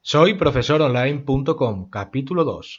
Soy profesoronline.com, capítulo 2.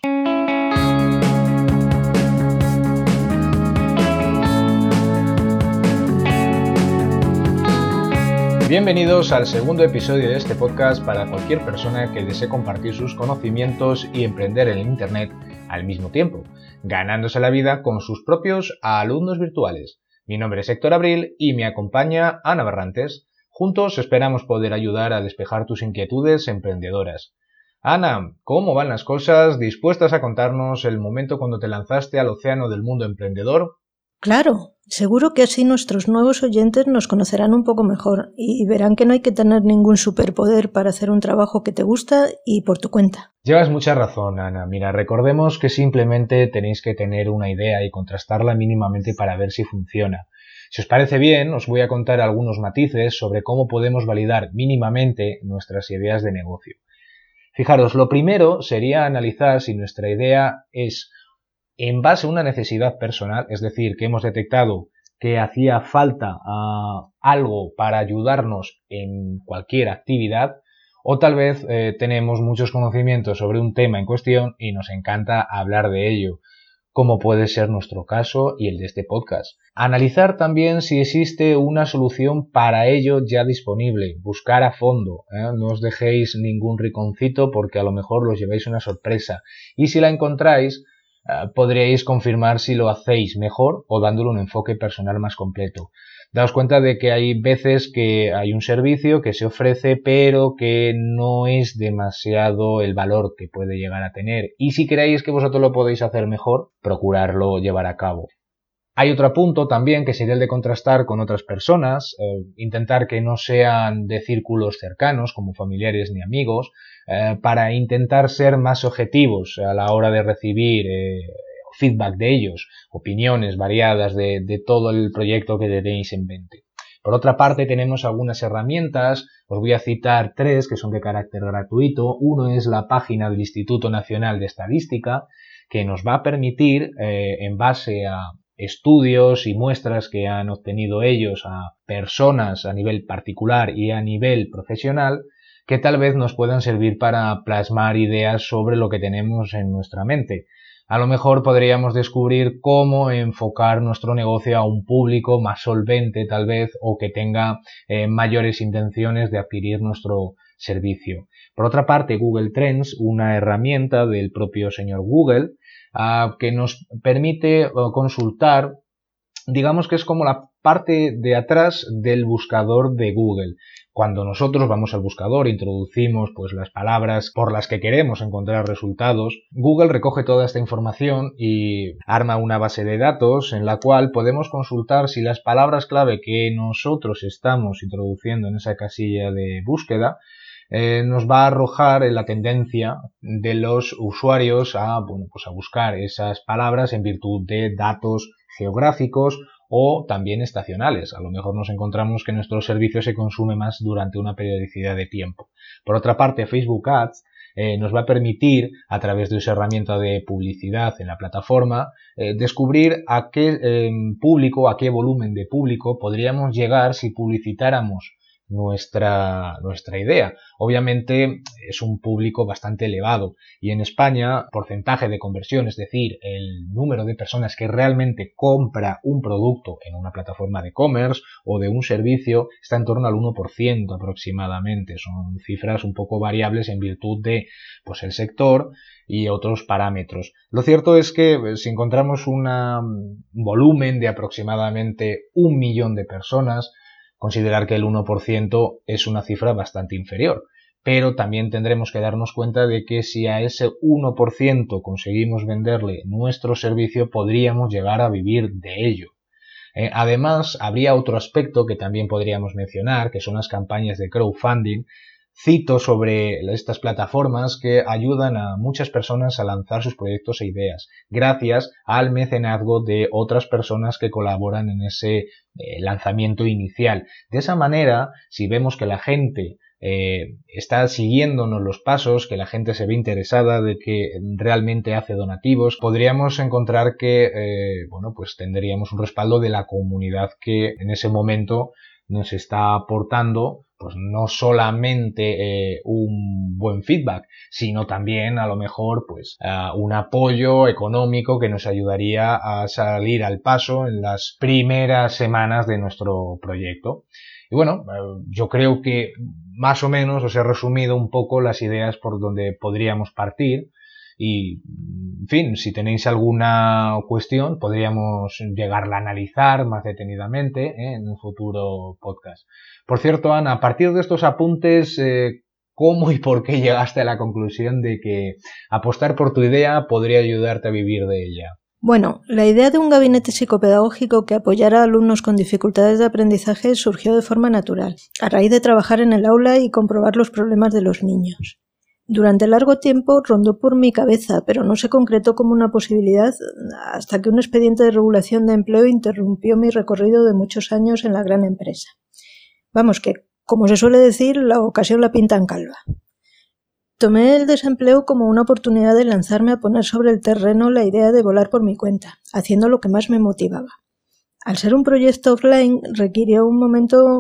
Bienvenidos al segundo episodio de este podcast para cualquier persona que desee compartir sus conocimientos y emprender en Internet al mismo tiempo, ganándose la vida con sus propios alumnos virtuales. Mi nombre es Héctor Abril y me acompaña Ana Barrantes. Juntos esperamos poder ayudar a despejar tus inquietudes emprendedoras. Ana, ¿cómo van las cosas? ¿Dispuestas a contarnos el momento cuando te lanzaste al océano del mundo emprendedor? Claro, seguro que así nuestros nuevos oyentes nos conocerán un poco mejor y verán que no hay que tener ningún superpoder para hacer un trabajo que te gusta y por tu cuenta. Llevas mucha razón, Ana. Mira, recordemos que simplemente tenéis que tener una idea y contrastarla mínimamente para ver si funciona. Si os parece bien, os voy a contar algunos matices sobre cómo podemos validar mínimamente nuestras ideas de negocio. Fijaros, lo primero sería analizar si nuestra idea es en base a una necesidad personal, es decir, que hemos detectado que hacía falta algo para ayudarnos en cualquier actividad, o tal vez tenemos muchos conocimientos sobre un tema en cuestión y nos encanta hablar de ello, como puede ser nuestro caso y el de este podcast. Analizar también si existe una solución para ello ya disponible, buscar a fondo, no os dejéis ningún rinconcito porque a lo mejor os lleváis una sorpresa, y si la encontráis, podríais confirmar si lo hacéis mejor o dándole un enfoque personal más completo. Daos cuenta de que hay veces que hay un servicio que se ofrece pero que no es demasiado el valor que puede llegar a tener, y si creéis que vosotros lo podéis hacer mejor, procurarlo llevar a cabo. Hay otro punto también que sería el de contrastar con otras personas, intentar que no sean de círculos cercanos como familiares ni amigos, para intentar ser más objetivos a la hora de recibir feedback de ellos, opiniones variadas de todo el proyecto que tenéis en mente. Por otra parte, tenemos algunas herramientas, os voy a citar 3 que son de carácter gratuito. Uno es la página del Instituto Nacional de Estadística, que nos va a permitir, en base a estudios y muestras que han obtenido ellos a personas a nivel particular y a nivel profesional, que tal vez nos puedan servir para plasmar ideas sobre lo que tenemos en nuestra mente. A lo mejor podríamos descubrir cómo enfocar nuestro negocio a un público más solvente tal vez, o que tenga mayores intenciones de adquirir nuestro servicio. Por otra parte, Google Trends, una herramienta del propio señor Google, que nos permite consultar, digamos que es como la parte de atrás del buscador de Google. Cuando nosotros vamos al buscador, introducimos pues las palabras por las que queremos encontrar resultados, Google recoge toda esta información y arma una base de datos en la cual podemos consultar si las palabras clave que nosotros estamos introduciendo en esa casilla de búsqueda nos va a arrojar la tendencia de los usuarios a buscar esas palabras en virtud de datos geográficos o también estacionales. A lo mejor nos encontramos que nuestro servicio se consume más durante una periodicidad de tiempo. Por otra parte, Facebook Ads nos va a permitir, a través de esa herramienta de publicidad en la plataforma, descubrir a qué público, a qué volumen de público podríamos llegar si publicitáramos nuestra idea. Obviamente es un público bastante elevado y en España porcentaje de conversión, es decir, el número de personas que realmente compra un producto en una plataforma de e-commerce o de un servicio, está en torno al 1% aproximadamente. Son cifras un poco variables en virtud de pues el sector y otros parámetros. Lo cierto es que si encontramos un volumen de aproximadamente 1 millón de personas, considerar que el 1% es una cifra bastante inferior, pero también tendremos que darnos cuenta de que si a ese 1% conseguimos venderle nuestro servicio, podríamos llegar a vivir de ello. Además, habría otro aspecto que también podríamos mencionar, que son las campañas de crowdfunding. Cito sobre estas plataformas que ayudan a muchas personas a lanzar sus proyectos e ideas, gracias al mecenazgo de otras personas que colaboran en ese lanzamiento inicial. De esa manera, si vemos que la gente está siguiéndonos los pasos, que la gente se ve interesada, de que realmente hace donativos, podríamos encontrar que pues tendríamos un respaldo de la comunidad que en ese momento nos está aportando pues no solamente un buen feedback, sino también a lo mejor pues un apoyo económico que nos ayudaría a salir al paso en las primeras semanas de nuestro proyecto. Y bueno, yo creo que más o menos os he resumido un poco las ideas por donde podríamos partir y, en fin, si tenéis alguna cuestión podríamos llegarla a analizar más detenidamente en un futuro podcast. Por cierto, Ana, a partir de estos apuntes, ¿cómo y por qué llegaste a la conclusión de que apostar por tu idea podría ayudarte a vivir de ella? Bueno, la idea de un gabinete psicopedagógico que apoyara a alumnos con dificultades de aprendizaje surgió de forma natural, a raíz de trabajar en el aula y comprobar los problemas de los niños. Durante largo tiempo rondó por mi cabeza, pero no se concretó como una posibilidad hasta que un expediente de regulación de empleo interrumpió mi recorrido de muchos años en la gran empresa. Vamos, que, como se suele decir, la ocasión la pinta en calva. Tomé el desempleo como una oportunidad de lanzarme a poner sobre el terreno la idea de volar por mi cuenta, haciendo lo que más me motivaba. Al ser un proyecto offline, requirió un momento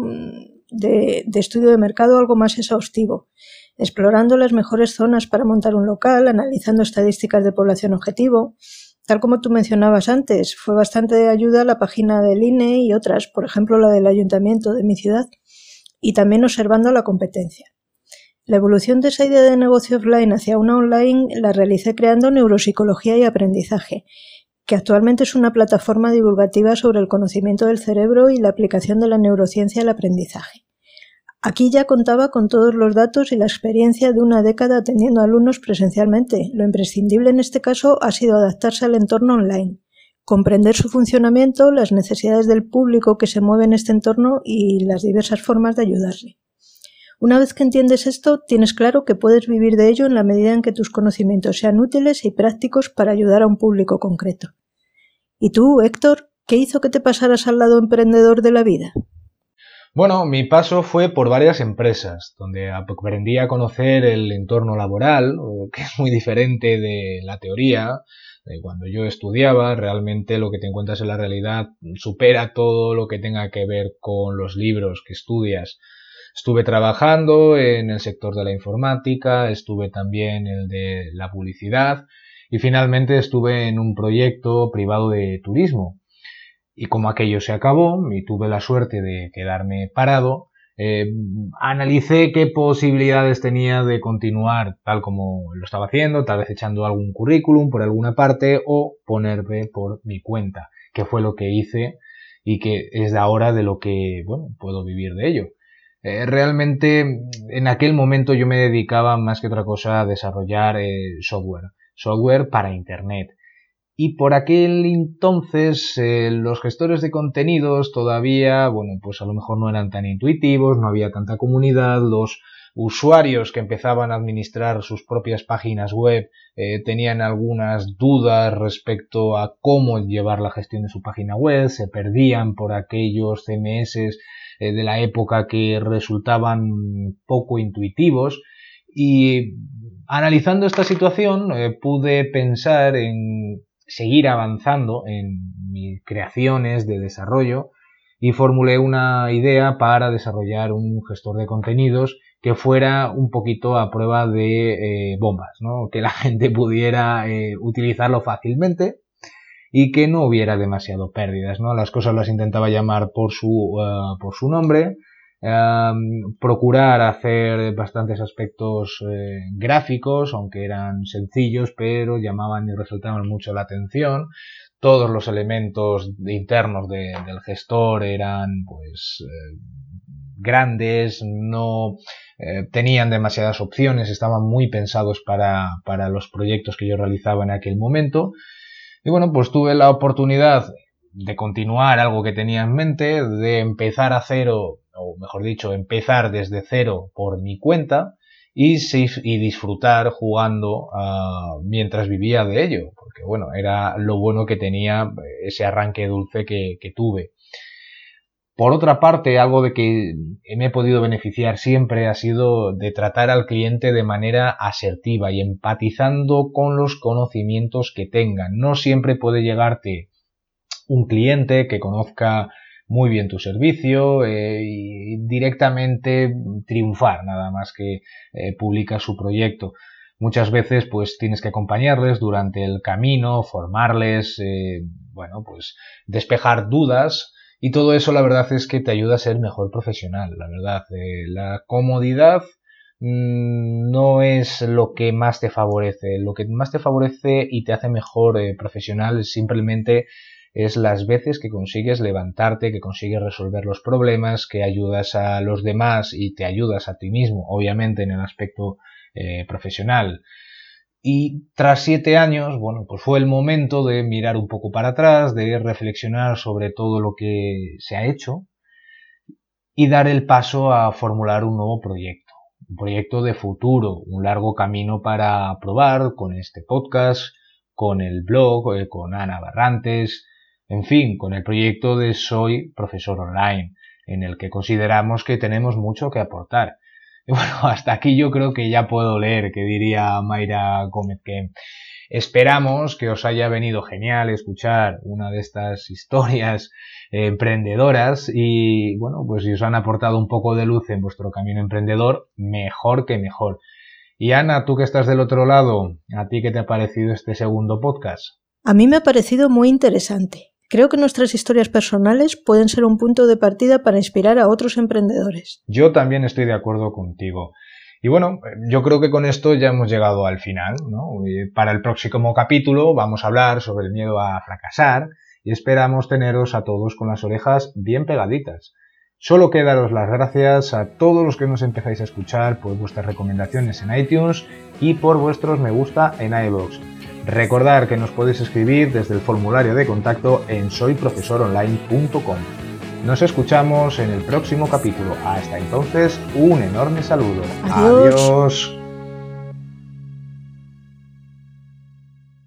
de estudio de mercado algo más exhaustivo, explorando las mejores zonas para montar un local, analizando estadísticas de población objetivo. Tal como tú mencionabas antes, fue bastante de ayuda la página del INE y otras, por ejemplo la del ayuntamiento de mi ciudad, y también observando la competencia. La evolución de esa idea de negocio offline hacia una online la realicé creando Neuropsicología y Aprendizaje, que actualmente es una plataforma divulgativa sobre el conocimiento del cerebro y la aplicación de la neurociencia al aprendizaje. Aquí ya contaba con todos los datos y la experiencia de una década atendiendo a alumnos presencialmente. Lo imprescindible en este caso ha sido adaptarse al entorno online, comprender su funcionamiento, las necesidades del público que se mueve en este entorno y las diversas formas de ayudarle. Una vez que entiendes esto, tienes claro que puedes vivir de ello en la medida en que tus conocimientos sean útiles y prácticos para ayudar a un público concreto. ¿Y tú, Héctor, qué hizo que te pasaras al lado emprendedor de la vida? Bueno, mi paso fue por varias empresas, donde aprendí a conocer el entorno laboral, que es muy diferente de la teoría. Cuando yo estudiaba, realmente lo que te encuentras en la realidad supera todo lo que tenga que ver con los libros que estudias. Estuve trabajando en el sector de la informática, estuve también en el de la publicidad y finalmente estuve en un proyecto privado de turismo. Y como aquello se acabó y tuve la suerte de quedarme parado, analicé qué posibilidades tenía de continuar tal como lo estaba haciendo, tal vez echando algún currículum por alguna parte o ponerme por mi cuenta, que fue lo que hice y que es de ahora de lo que, bueno, puedo vivir de ello. Realmente en aquel momento yo me dedicaba más que otra cosa a desarrollar software para Internet. Y por aquel entonces los gestores de contenidos todavía, bueno, pues a lo mejor no eran tan intuitivos, no había tanta comunidad, los usuarios que empezaban a administrar sus propias páginas web tenían algunas dudas respecto a cómo llevar la gestión de su página web, se perdían por aquellos CMS de la época que resultaban poco intuitivos y analizando esta situación pude pensar en seguir avanzando en mis creaciones de desarrollo y formulé una idea para desarrollar un gestor de contenidos que fuera un poquito a prueba de bombas, ¿no? Que la gente pudiera utilizarlo fácilmente y que no hubiera demasiado pérdidas, ¿no? Las cosas las intentaba llamar por su nombre, procurar hacer bastantes aspectos gráficos, aunque eran sencillos, pero llamaban y resaltaban mucho la atención. Todos los elementos internos del gestor eran pues grandes, no tenían demasiadas opciones, estaban muy pensados para los proyectos que yo realizaba en aquel momento. Y bueno, pues tuve la oportunidad de continuar algo que tenía en mente, de empezar a cero, o mejor dicho, empezar desde cero por mi cuenta y disfrutar jugando mientras vivía de ello, porque bueno, era lo bueno que tenía ese arranque dulce que tuve. Por otra parte, algo de que me he podido beneficiar siempre ha sido de tratar al cliente de manera asertiva y empatizando con los conocimientos que tengan. No siempre puede llegarte un cliente que conozca muy bien tu servicio y directamente triunfar, nada más que publica su proyecto. Muchas veces pues tienes que acompañarles durante el camino, formarles, pues despejar dudas, y todo eso la verdad es que te ayuda a ser mejor profesional. La verdad, la comodidad no es lo que más te favorece. Lo que más te favorece y te hace mejor profesional simplemente es las veces que consigues levantarte, que consigues resolver los problemas, que ayudas a los demás y te ayudas a ti mismo, obviamente en el aspecto profesional. Y tras 7 años, pues fue el momento de mirar un poco para atrás, de reflexionar sobre todo lo que se ha hecho y dar el paso a formular un nuevo proyecto. Un proyecto de futuro, un largo camino para probar con este podcast, con el blog, con Ana Barrantes, en fin, con el proyecto de Soy Profesor Online, en el que consideramos que tenemos mucho que aportar. Y bueno, hasta aquí yo creo que ya puedo leer, que diría Mayra Gómez, que esperamos que os haya venido genial escuchar una de estas historias emprendedoras y pues si os han aportado un poco de luz en vuestro camino emprendedor, mejor que mejor. Y Ana, tú que estás del otro lado, ¿a ti qué te ha parecido este segundo podcast? A mí me ha parecido muy interesante. Creo que nuestras historias personales pueden ser un punto de partida para inspirar a otros emprendedores. Yo también estoy de acuerdo contigo. Y yo creo que con esto ya hemos llegado al final, ¿no? Para el próximo capítulo vamos a hablar sobre el miedo a fracasar y esperamos teneros a todos con las orejas bien pegaditas. Solo queda daros las gracias a todos los que nos empezáis a escuchar por vuestras recomendaciones en iTunes y por vuestros me gusta en iVoox. Recordad que nos podéis escribir desde el formulario de contacto en soyprofesoronline.com. Nos escuchamos en el próximo capítulo. Hasta entonces, un enorme saludo. Adiós. Adiós.